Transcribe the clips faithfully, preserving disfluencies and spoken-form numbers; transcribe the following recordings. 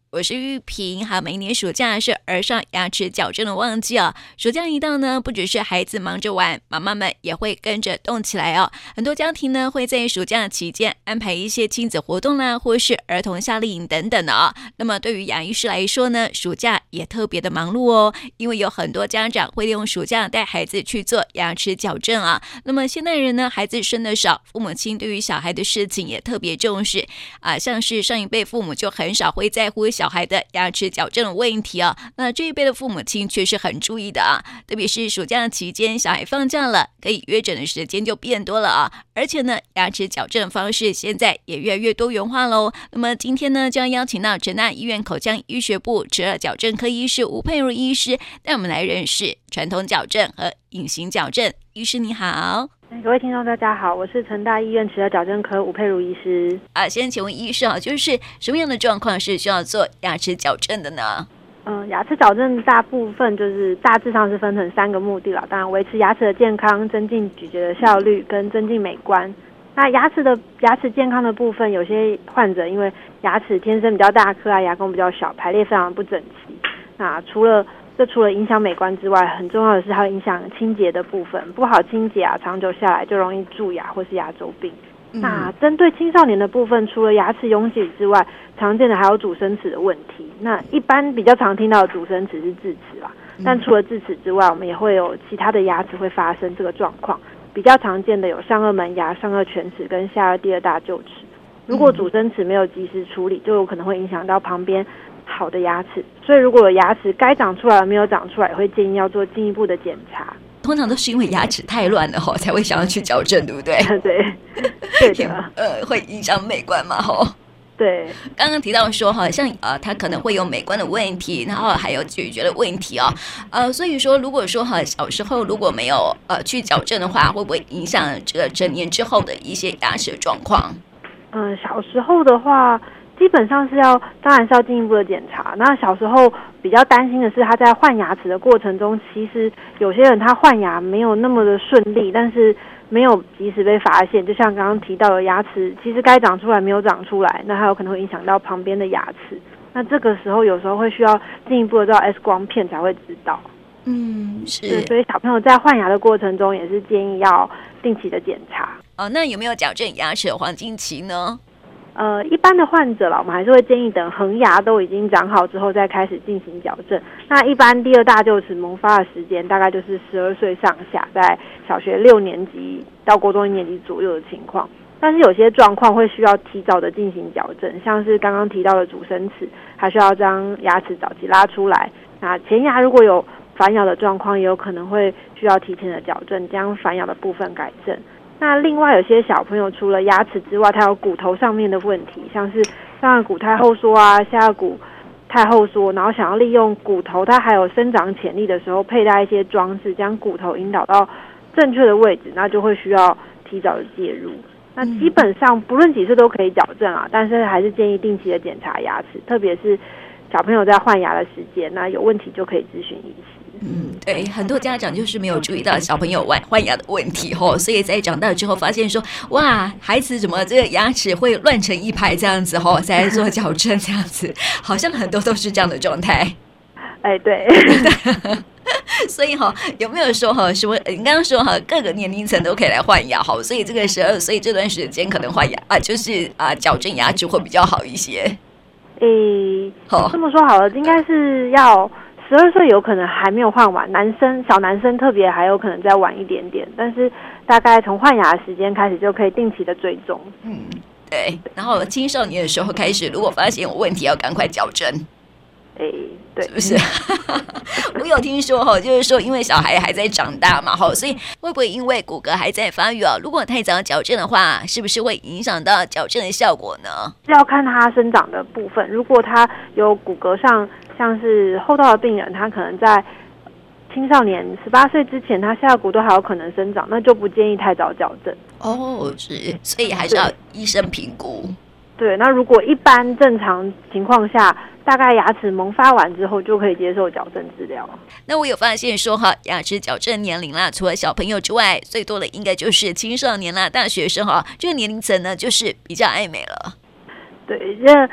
我是玉萍。好，每一年暑假是儿上牙齿矫正的旺季哦。暑假一到呢，不只是孩子忙着玩，妈妈们也会跟着动起来哦。很多家庭呢会在暑假期间安排一些亲子活动啦，或是儿童夏令营等等的哦。那么对于牙医师来说呢，暑假也特别的忙碌哦，因为有很多家长会利用暑假带孩子去做牙齿矫正啊。那么现代人呢，孩子生的少，父母亲对于小孩的事情也特别重视啊，像是上一辈父母就很少会在乎小孩的牙齿矫正的问题啊，那这一辈的父母亲却是很注意的啊，特别是暑假期间，小孩放假了，可以约诊的时间就变多了啊，而且呢，牙齿矫正方式现在也越来越多元化喽。那么今天呢，就要邀请到成大医院口腔医学部齿颚矫正科医师吴佩如医师，带我们来认识传统矫正和隐形矫正。医师你好。 各位听众大家好，我是成大医院齿颚矫正科吴佩如医师。 啊，先请问医师啊，就是什么样的状况是需要做牙齿矫正的呢？ 嗯、呃，牙齿矫正大部分就是大致上是分成三个目的啦，当然维持牙齿的健康、增进咀嚼的效率跟增进美观。那牙齿的牙齿健康的部分，有些患者因为牙齿天生比较大颗啊，牙弓比较小，排列非常不整齐。那除了这除了影响美观之外，很重要的是它会影响清洁的部分，不好清洁啊，长久下来就容易蛀牙或是牙周病。嗯、那针对青少年的部分，除了牙齿拥挤之外，常见的还有阻生齿的问题。那一般比较常听到的阻生齿是智齿啦，但除了智齿之外，我们也会有其他的牙齿会发生这个状况。比较常见的有上颚门牙、上颚犬齿跟下颚第二大臼齿。如果阻生齿没有及时处理，就有可能会影响到旁边好的牙齿，所以如果有牙齿该长出来没有长出来，也会建议要做进一步的检查。 通常都是因为牙齿太乱了吼，才会想要去矫正，对不对？ 对，对的， 呃，会影响美观嘛吼。 对， 刚刚提到说好像呃，它可能会有美观的问题，然后还有咀嚼的问题哦，呃，所以说如果说哈小时候如果没有呃去矫正的话，会不会影响这个成年之后的一些牙齿的状况？ 嗯、呃，小时候的话，基本上是要，当然是要进一步的检查。那小时候比较担心的是，他在换牙齿的过程中，其实有些人他换牙没有那么的顺利，但是没有及时被发现。就像刚刚提到的，牙齿其实该长出来没有长出来，那还有可能会影响到旁边的牙齿。那这个时候有时候会需要进一步的照 X 光片才会知道。 嗯，是。 所以小朋友在换牙的过程中，也是建议要定期的检查。 哦，那有没有矫正牙齿的黄金期呢？ 呃，一般的患者啦，我们还是会建议等恒牙都已经长好之后再开始进行矫正。那一般第二大臼齿萌发的时间大概就是十二岁上下，在小学六年级到国中一年级左右的情况。但是有些状况会需要提早的进行矫正，像是刚刚提到的阻生齿，还需要将牙齿早期拉出来。那前牙如果有反咬的状况，也有可能会需要提前的矫正，将反咬的部分改正。那另外有些小朋友除了牙齿之外，他有骨头上面的问题，像是上颚骨太后缩啊，下颚骨太后缩，然后想要利用骨头它还有生长潜力的时候，佩戴一些装置，将骨头引导到正确的位置，那就会需要提早的介入。那基本上不论几岁都可以矫正啊，但是还是建议定期的检查牙齿，特别是小朋友在换牙的时间，那有问题就可以咨询医师。 嗯，对，很多家长就是没有注意到小朋友换换牙的问题吼，所以在长大之后发现说，哇，孩子怎么这个牙齿会乱成一排这样子吼，才来做矫正这样子，好像很多都是这样的状态。 哎，对。 所以哈，有没有说哈，什么？你刚刚说哈，各个年龄层都可以来换牙哈，所以这个十二岁这段时间可能换牙啊，就是啊矫正牙齿会比较好一些。 诶，这么说好了，应该是要十二岁有可能还没有换完，男生小男生特别还有可能再晚一点点，但是大概从换牙的时间开始就可以定期的追踪。 嗯，对。然后青少年的时候开始，如果发现有问题，要赶快矫正。 诶，对， 是不是？我有听说哈，就是说因为小孩还在长大嘛，哈，所以会不会因为骨骼还在发育啊？如果太早矫正的话，是不是会影响到矫正的效果呢？ 是要看他生长的部分。如果他有骨骼上像是后道的病人，他可能在青少年十八岁之前，他下颚骨都还有可能生长，那就不建议太早矫正。 哦，是，所以还是要医生评估。 对，那如果一般正常情况下，大概牙齿萌发完之后就可以接受矫正治疗。 那我有发现说哈，牙齿矫正年龄啦，除了小朋友之外，最多的应该就是青少年啦、大学生哈，这个年龄层呢就是比较爱美了。 对，这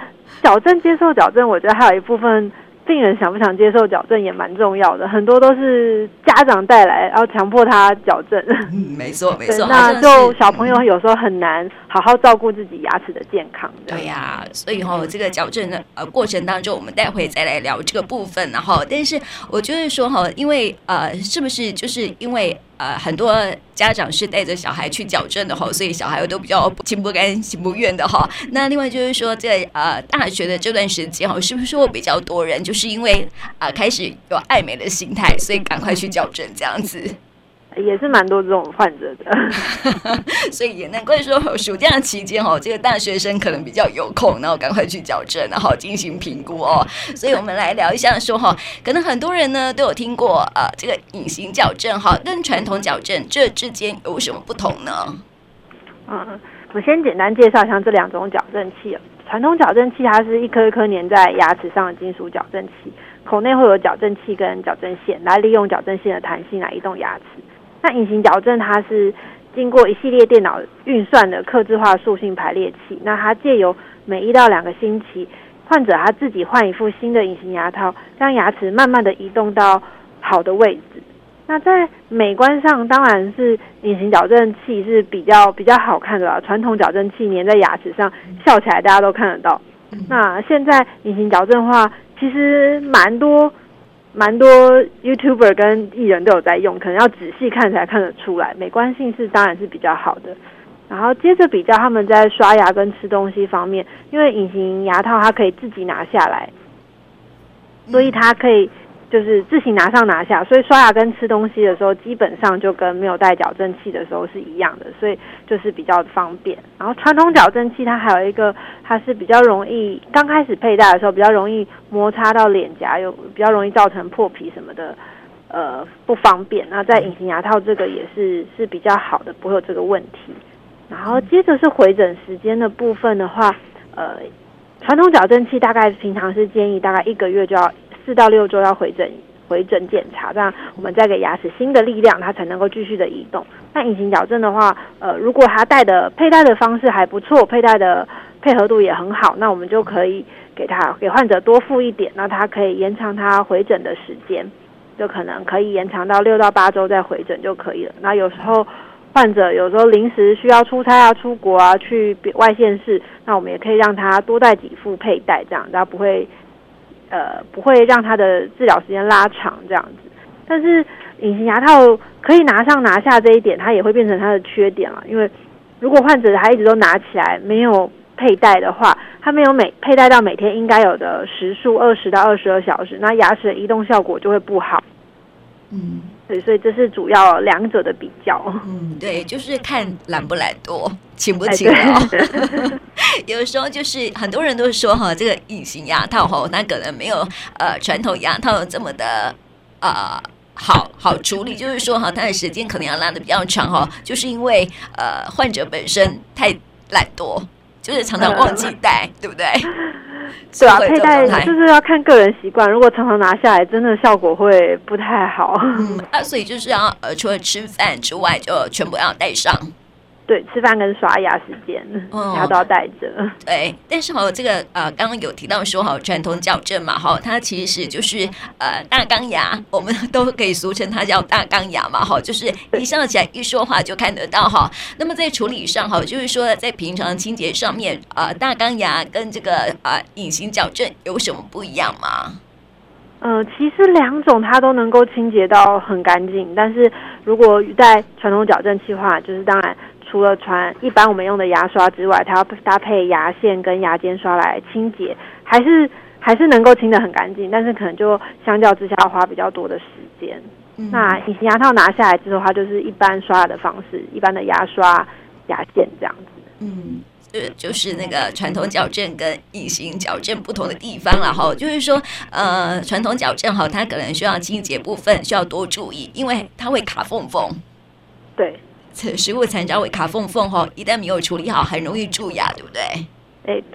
矫正接受矫正，我觉得还有一部分病人想不想接受矫正也蛮重要的，很多都是家长带来，然后强迫他矫正。 嗯，没错没错。 那就小朋友有时候很难好好照顾自己牙齿的健康。 对呀、啊，所以哈、哦，这个矫正的呃过程当中，我们待会再来聊这个部分，然后，但是我觉得说哈，因为呃，是不是就是因为呃很多家长是带着小孩去矫正的哈，所以小孩都比较心不甘情不愿的哈。那另外就是说，在呃大学的这段时间哈，是不是说比较多人就是因为啊、呃、开始有爱美的心态，所以赶快去矫正这样子？ 也是蛮多这种患者的， 所以也难怪说暑假期间哦，这个大学生可能比较有空，然后赶快去矫正，然后进行评估哦。所以我们来聊一下说哈，可能很多人呢都有听过呃这个隐形矫正哈，跟传统矫正这之间有什么不同呢？ 嗯，我先简单介绍一下这两种矫正器。传统矫正器它是一颗一颗粘在牙齿上的金属矫正器，口内会有矫正器跟矫正线，来利用矫正线的弹性来移动牙齿。那隐形矫正它是经过一系列电脑运算的客制化塑性排列器，那它借由每一到两个星期，患者他自己换一副新的隐形牙套，让牙齿慢慢的移动到好的位置。那在美观上，当然是隐形矫正器是比较比较好看的啦。传统矫正器粘在牙齿上，笑起来大家都看得到。那现在隐形矫正的话，其实蛮多蛮多 YouTuber 跟艺人都有在用，可能要仔细看才看得出来，美观性是当然是比较好的。然后接着比较他们在刷牙跟吃东西方面，因为隐形牙套它可以自己拿下来，所以它可以就是自行拿上拿下，所以刷牙跟吃东西的时候基本上就跟没有带矫正器的时候是一样的，所以就是比较方便。然后传统矫正器它还有一个，它是比较容易刚开始佩戴的时候比较容易摩擦到脸颊，有比较容易造成破皮什么的呃不方便。那在隐形牙套这个也是是比较好的，不会有这个问题。然后接着是回诊时间的部分的话，呃传统矫正器大概平常是建议大概一个月就要四到六周要回诊回诊检查，这样我们再给牙齿新的力量，它才能够继续的移动。那隐形矫正的话，呃，如果它戴的佩戴的方式还不错，佩戴的配合度也很好，那我们就可以给他给患者多付一点，那它可以延长他回诊的时间，就可能可以延长到六到八周再回诊就可以了。那有时候患者有时候临时需要出差啊、出国啊、去外县市，那我们也可以让他多带几副佩戴，这样他不会。呃，不会让他的治疗时间拉长这样子，但是隐形牙套可以拿上拿下这一点，它也会变成它的缺点了。因为如果患者他一直都拿起来没有佩戴的话，他没有每佩戴到每天应该有的时数二十到二十二小时，那牙齿的移动效果就会不好。嗯，对，所以这是主要两者的比较。 嗯，对，就是看懒不懒惰，勤不勤劳。有时候就是很多人都说哈，这个隐形牙套哈，它可能没有呃传统牙套这么的呃好好处理，就是说哈，它的时间可能要拉得比较长哈，就是因为呃患者本身太懒惰，就是常常忘记戴，对不对？ 对啊，佩戴就是要看个人习惯，如果常常拿下来，真的效果会不太好。 嗯，啊，所以就是要呃，除了吃饭之外，就全部要戴上。 对，吃饭跟刷牙时间，嗯，它都要带着。 对，但是哈，这个呃，刚刚有提到说哈，传统矫正嘛，哈，它其实就是呃大钢牙，我们都可以俗称它叫大钢牙嘛，哈，就是一笑起来一说话就看得到哈。那么在处理上哈，就是说在平常清洁上面，呃，大钢牙跟这个呃隐形矫正有什么不一样吗？ 呃，其实两种它都能够清洁到很干净，但是如果在传统矫正器的话，就是当然。除了传一般我们用的牙刷之外，它要搭配牙线跟牙尖刷来清洁，还是还是能够清得很干净，但是可能就相较之下要花比较多的时间。嗯、那隐形牙套拿下来之后，它就是一般刷牙的方式，一般的牙刷、牙线这样子。 嗯，这就是那个传统矫正跟隐形矫正不同的地方了哈。就是说，呃，传统矫正哈，它可能需要清洁部分需要多注意，因为它会卡缝缝。 对。 食物残渣会卡缝缝哈，一旦没有处理好，很容易蛀牙，对不对？ 哎，对。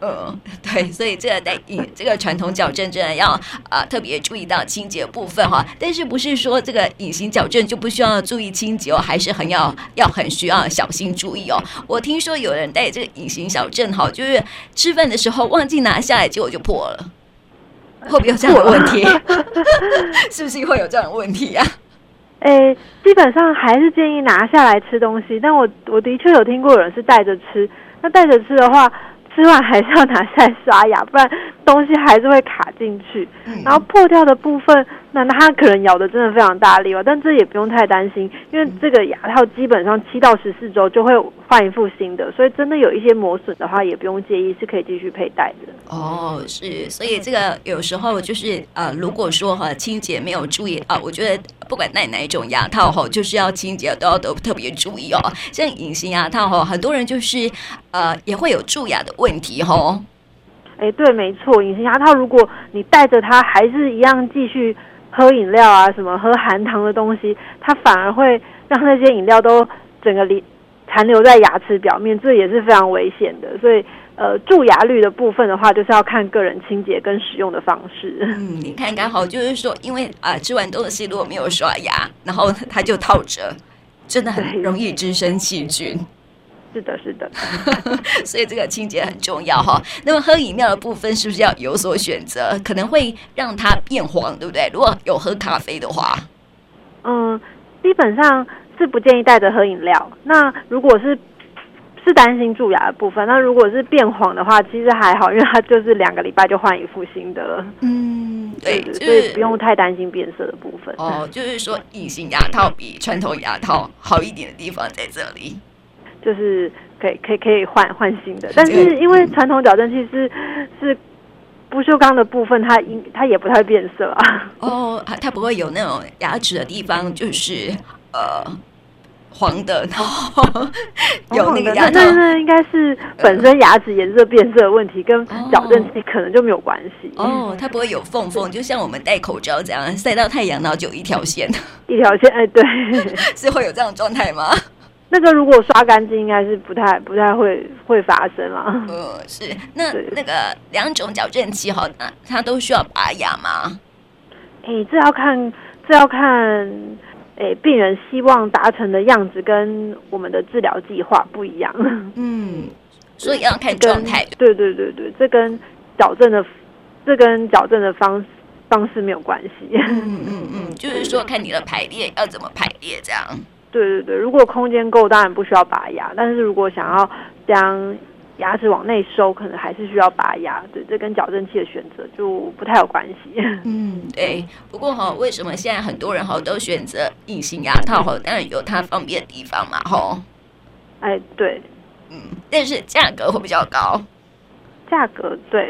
嗯，对，所以这个在隐这个传统矫正真的要啊、呃、特别注意到清洁部分哈，但是不是说这个隐形矫正就不需要注意清洁哦，还是很要要很需要小心注意哦。我听说有人戴这个隐形矫正哈，就是吃饭的时候忘记拿下来，结果就破了，会不会有这样的问题？是不是会有这样的问题啊？ 诶，基本上还是建议拿下来吃东西，但我我的确有听过有人是带着吃，那带着吃的话，吃完还是要拿下来刷牙，不然东西还是会卡进去。嗯、然后破掉的部分，那它可能咬的真的非常大力哦，但这也不用太担心，因为这个牙套基本上七到十四周就会换一副新的，所以真的有一些磨损的话，也不用介意，是可以继续佩戴的。 哦，是，所以这个有时候就是呃，如果说哈、呃、清洁没有注意啊、呃，我觉得不管戴哪一种牙套哈，就是要清洁都要都特别注意哦。像隐形牙套哈，很多人就是呃也会有蛀牙的问题哈。 哎，对，没错，隐形牙套如果你戴着它还是一样继续喝饮料啊，什么喝含糖的东西，它反而会让那些饮料都整个里残留在牙齿表面，这也是非常危险的。所以呃，蛀牙率的部分的话，就是要看个人清洁跟使用的方式。 嗯，你看刚好就是说，因为啊、呃、吃完东西如果没有刷牙，然后它就套着，真的很容易滋生细菌。 是的，是的， 所以这个清洁很重要哈。那么喝饮料的部分是不是要有所选择？可能会让它变黄，对不对？如果有喝咖啡的话， 嗯，基本上是不建议带着喝饮料。那如果是是担心蛀牙的部分，那如果是变黄的话，其实还好，因为它就是两个礼拜就换一副新的了。 嗯，对， 对， 就是、 所以不用太担心变色的部分。 哦，就是说隐形牙套比传统牙套好一点的地方在这里。 就是可以可以可以换换新的，但是因为传统矫正器是是不锈钢的部分，它应它也不太变色啊。 哦，它不会有那种牙齿的地方就是呃黄的，然后有那个牙套， 那那应该是本身牙齿颜色变色的问题，跟矫正器可能就没有关系。 哦，它不会有缝缝，就像我们戴口罩这样，晒到太阳然后就有一条线， 一条线，哎，对， 是会有这样的状态吗？ 那个如果刷干净，应该是不太不太会会发生啦。 呃，是那那个两种矫正器哈，那它都需要拔牙吗？ 哎，这要看这要看，哎，病人希望达成的样子跟我们的治疗计划不一样。 嗯，所以要看状态。 对对对对，这跟矫正的这跟矫正的方方式没有关系。 嗯嗯嗯，就是说看你的排列要怎么排列这样。 对对对，如果空间够，当然不需要拔牙，但是如果想要将牙齿往内收，可能还是需要拔牙。对，这跟矫正器的选择就不太有关系。 嗯，对。不过哈，为什么现在很多人哈都选择隐形牙套哈？当然有它方便的地方嘛，哈。 哎，对。 嗯，但是价格会比较高。 价格对。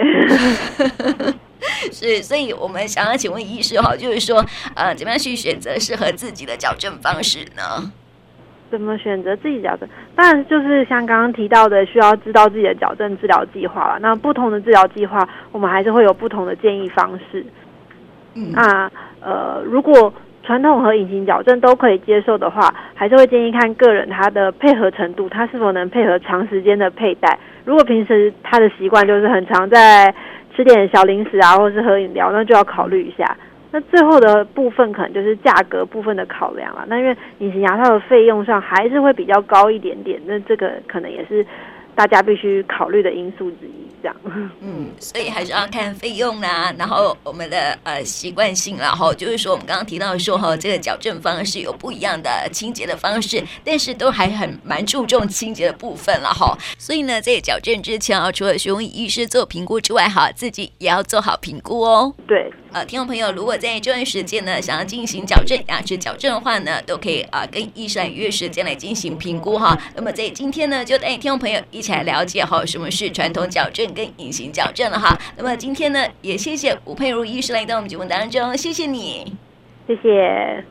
是，所以我们想要请问医师哈，就是说，呃，怎么样去选择适合自己的矫正方式呢？ 怎么选择自己矫正？当然就是像刚刚提到的，需要知道自己的矫正治疗计划了。那不同的治疗计划，我们还是会有不同的建议方式。嗯，那呃，如果传统和隐形矫正都可以接受的话，还是会建议看个人他的配合程度，他是否能配合长时间的佩戴。如果平时他的习惯就是很常在吃点小零食啊，或是喝饮料，那就要考虑一下。那最后的部分可能就是价格部分的考量了。那因为隐形牙套的费用上还是会比较高一点点，那这个可能也是大家必须考虑的因素之一。这样， 嗯，所以还是要看费用啦，然后我们的呃习惯性啦，然后就是说我们刚刚提到说哈，这个矫正方式有不一样的清洁的方式，但是都还很蛮注重清洁的部分了哈。所以呢，在矫正之前啊，除了询问医师做评估之外，哈，自己也要做好评估哦。 对。 呃，听众朋友，如果在这段时间呢，想要进行矫正牙齿矫正的话呢，都可以啊、呃、跟医生约时间来进行评估哈。那么在今天呢，就带听众朋友一起来了解哈什么是传统矫正跟隐形矫正了哈。那么今天呢，也谢谢吴佩如医师来到我们节目当中，谢谢你， 谢谢。